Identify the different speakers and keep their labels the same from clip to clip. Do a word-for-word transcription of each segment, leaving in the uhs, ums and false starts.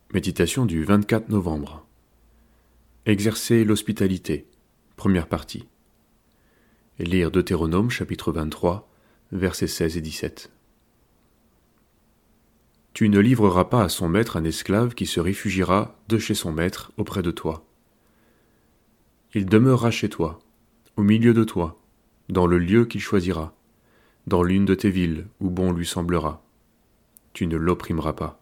Speaker 1: Méditation du vingt-quatre novembre. Exercer l'hospitalité. Première partie. Lire Deutéronome chapitre vingt-trois, versets seize et dix-sept. Tu ne livreras pas à son maître un esclave qui se réfugiera de chez son maître auprès de toi. Il demeurera chez toi, au milieu de toi, dans le lieu qu'il choisira, dans l'une de tes villes où bon lui semblera. Tu ne l'opprimeras pas.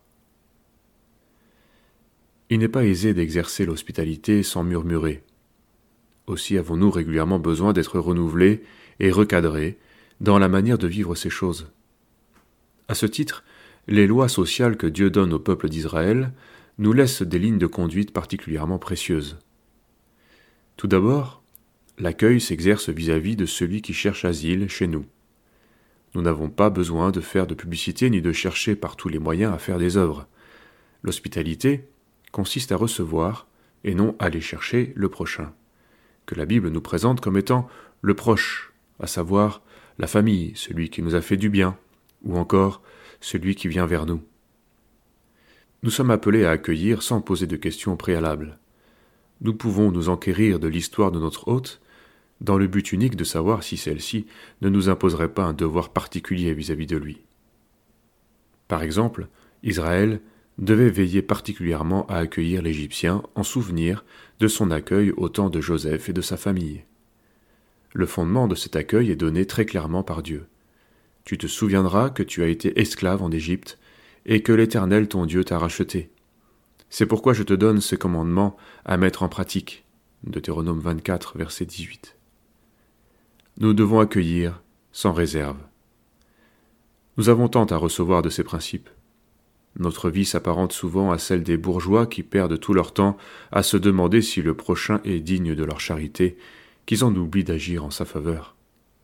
Speaker 1: Il n'est pas aisé d'exercer l'hospitalité sans murmurer. Aussi avons-nous régulièrement besoin d'être renouvelés et recadrés dans la manière de vivre ces choses. À ce titre, les lois sociales que Dieu donne au peuple d'Israël nous laissent des lignes de conduite particulièrement précieuses. Tout d'abord, l'accueil s'exerce vis-à-vis de celui qui cherche asile chez nous. Nous n'avons pas besoin de faire de publicité ni de chercher par tous les moyens à faire des œuvres. L'hospitalité consiste à recevoir et non à aller chercher le prochain, que la Bible nous présente comme étant le proche, à savoir la famille, celui qui nous a fait du bien, ou encore celui qui vient vers nous. Nous sommes appelés à accueillir sans poser de questions préalables. Nous pouvons nous enquérir de l'histoire de notre hôte, dans le but unique de savoir si celle-ci ne nous imposerait pas un devoir particulier vis-à-vis de lui. Par exemple, Israël devait veiller particulièrement à accueillir l'Égyptien en souvenir de son accueil au temps de Joseph et de sa famille. Le fondement de cet accueil est donné très clairement par Dieu. Tu te souviendras que tu as été esclave en Égypte et que l'Éternel ton Dieu t'a racheté. C'est pourquoi je te donne ce commandement à mettre en pratique. Deutéronome vingt-quatre, verset dix-huit. Nous devons accueillir sans réserve. Nous avons tant à recevoir de ces principes. Notre vie s'apparente souvent à celle des bourgeois qui perdent tout leur temps à se demander si le prochain est digne de leur charité, qu'ils en oublient d'agir en sa faveur.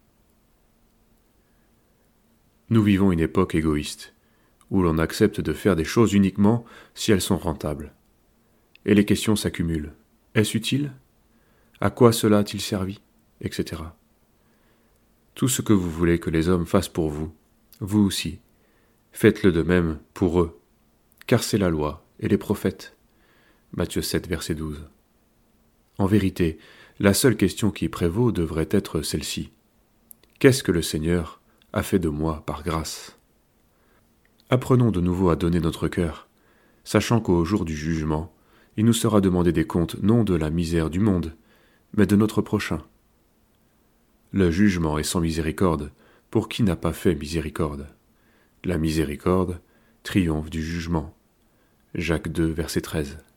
Speaker 1: Nous vivons une époque égoïste, où l'on accepte de faire des choses uniquement si elles sont rentables. Et les questions s'accumulent. Est-ce utile ? À quoi cela a-t-il servi ? Etc. Tout ce que vous voulez que les hommes fassent pour vous, vous aussi, faites-le de même pour eux. Car c'est la loi et les prophètes. Matthieu sept, verset douze. En vérité, la seule question qui prévaut devrait être celle-ci. Qu'est-ce que le Seigneur a fait de moi par grâce ? Apprenons de nouveau à donner notre cœur, sachant qu'au jour du jugement, il nous sera demandé des comptes non de la misère du monde, mais de notre prochain. Le jugement est sans miséricorde pour qui n'a pas fait miséricorde. La miséricorde triomphe du jugement. Jacques deux, verset treize.